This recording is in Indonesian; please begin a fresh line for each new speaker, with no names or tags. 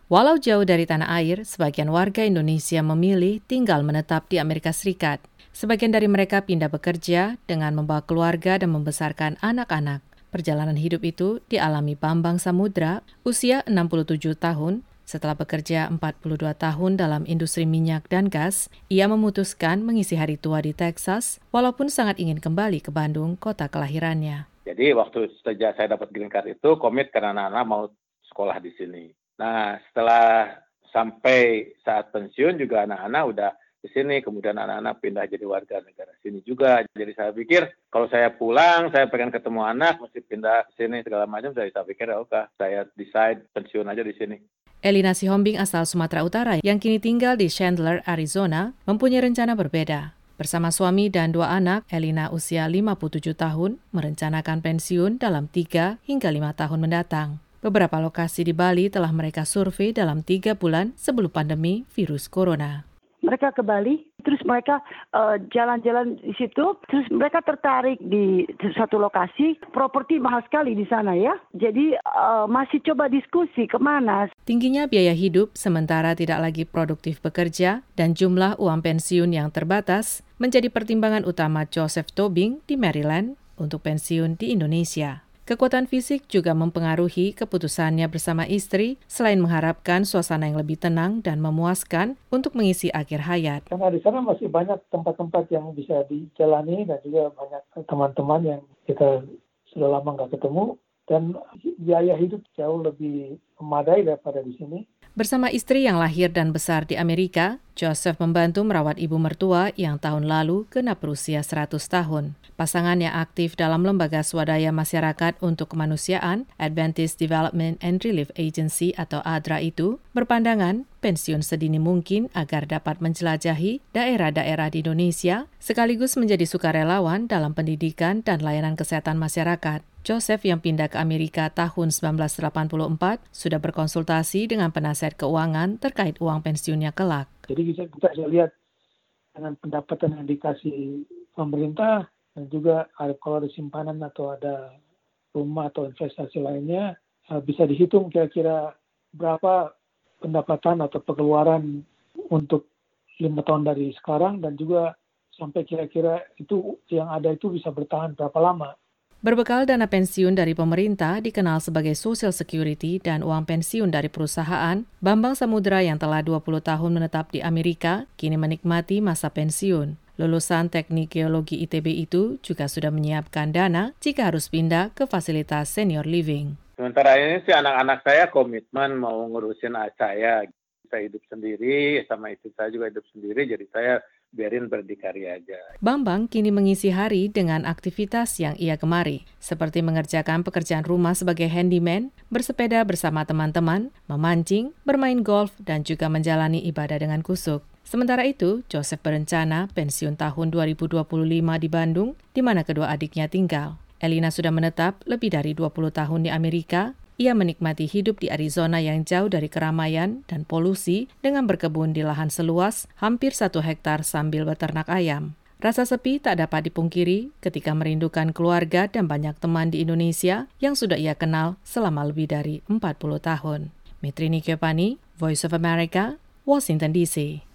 Walau jauh dari tanah air, sebagian warga Indonesia memilih tinggal menetap di Amerika Serikat. Sebagian dari mereka pindah bekerja dengan membawa keluarga dan membesarkan anak-anak. Perjalanan hidup itu dialami Bambang Samudra, usia 67 tahun. Setelah bekerja 42 tahun dalam industri minyak dan gas, ia memutuskan mengisi hari tua di Texas, walaupun sangat ingin kembali ke Bandung, kota kelahirannya.
Jadi waktu sejak saya dapat green card itu, komit karena anak-anak mau sekolah di sini. Nah, setelah sampai saat pensiun juga anak-anak udah di sini, kemudian anak-anak pindah jadi warga negara sini juga. Jadi saya pikir kalau saya pulang, saya pengen ketemu anak, mesti pindah ke sini segala macam. Saya pikir oke, saya decide pensiun aja di sini.
Elina Sihombing asal Sumatera Utara yang kini tinggal di Chandler, Arizona, mempunyai rencana berbeda. Bersama suami dan 2 anak, Elina usia 57 tahun merencanakan pensiun dalam 3 hingga 5 tahun mendatang. Beberapa lokasi di Bali telah mereka survei dalam 3 bulan sebelum pandemi virus corona.
Mereka ke Bali, terus mereka jalan-jalan di situ, terus mereka tertarik di satu lokasi, properti mahal sekali di sana ya. Jadi masih coba diskusi kemana.
Tingginya biaya hidup sementara tidak lagi produktif bekerja dan jumlah uang pensiun yang terbatas menjadi pertimbangan utama Joseph Tobing di Maryland untuk pensiun di Indonesia. Kekuatan fisik juga mempengaruhi keputusannya bersama istri selain mengharapkan suasana yang lebih tenang dan memuaskan untuk mengisi akhir hayat.
Karena di sana masih banyak tempat-tempat yang bisa dijalani dan juga banyak teman-teman yang kita sudah lama nggak ketemu dan biaya hidup jauh lebih memadai daripada di sini.
Bersama istri yang lahir dan besar di Amerika, Joseph membantu merawat ibu mertua yang tahun lalu genap berusia 100 tahun. Pasangan yang aktif dalam lembaga swadaya masyarakat untuk kemanusiaan, Adventist Development and Relief Agency atau ADRA itu, berpandangan pensiun sedini mungkin agar dapat menjelajahi daerah-daerah di Indonesia, sekaligus menjadi sukarelawan dalam pendidikan dan layanan kesehatan masyarakat. Joseph yang pindah ke Amerika tahun 1984 sudah berkonsultasi dengan penasihat keuangan terkait uang pensiunnya kelak.
Jadi kita bisa lihat dengan pendapatan yang dikasih pemerintah dan juga kalau ada simpanan atau ada rumah atau investasi lainnya, bisa dihitung kira-kira berapa pendapatan atau pengeluaran untuk 5 tahun dari sekarang dan juga sampai kira-kira itu yang ada itu bisa bertahan berapa lama.
Berbekal dana pensiun dari pemerintah dikenal sebagai Social Security dan uang pensiun dari perusahaan, Bambang Samudra yang telah 20 tahun menetap di Amerika kini menikmati masa pensiun. Lulusan Teknik Geologi ITB itu juga sudah menyiapkan dana jika harus pindah ke fasilitas senior living.
Sementara ini sih anak-anak saya komitmen mau ngurusin saya. Saya hidup sendiri, sama istri saya juga hidup sendiri, jadi saya biarin berdikari aja.
Bambang kini mengisi hari dengan aktivitas yang ia gemari, seperti mengerjakan pekerjaan rumah sebagai handyman, bersepeda bersama teman-teman, memancing, bermain golf, dan juga menjalani ibadah dengan kusuk. Sementara itu, Joseph berencana pensiun tahun 2025 di Bandung, di mana kedua adiknya tinggal. Elina sudah menetap lebih dari 20 tahun di Amerika. Ia menikmati hidup di Arizona yang jauh dari keramaian dan polusi dengan berkebun di lahan seluas hampir 1 hektar sambil beternak ayam. Rasa sepi tak dapat dipungkiri ketika merindukan keluarga dan banyak teman di Indonesia yang sudah ia kenal selama lebih dari 40 tahun. Mitrini Kyopani, Voice of America, Washington DC.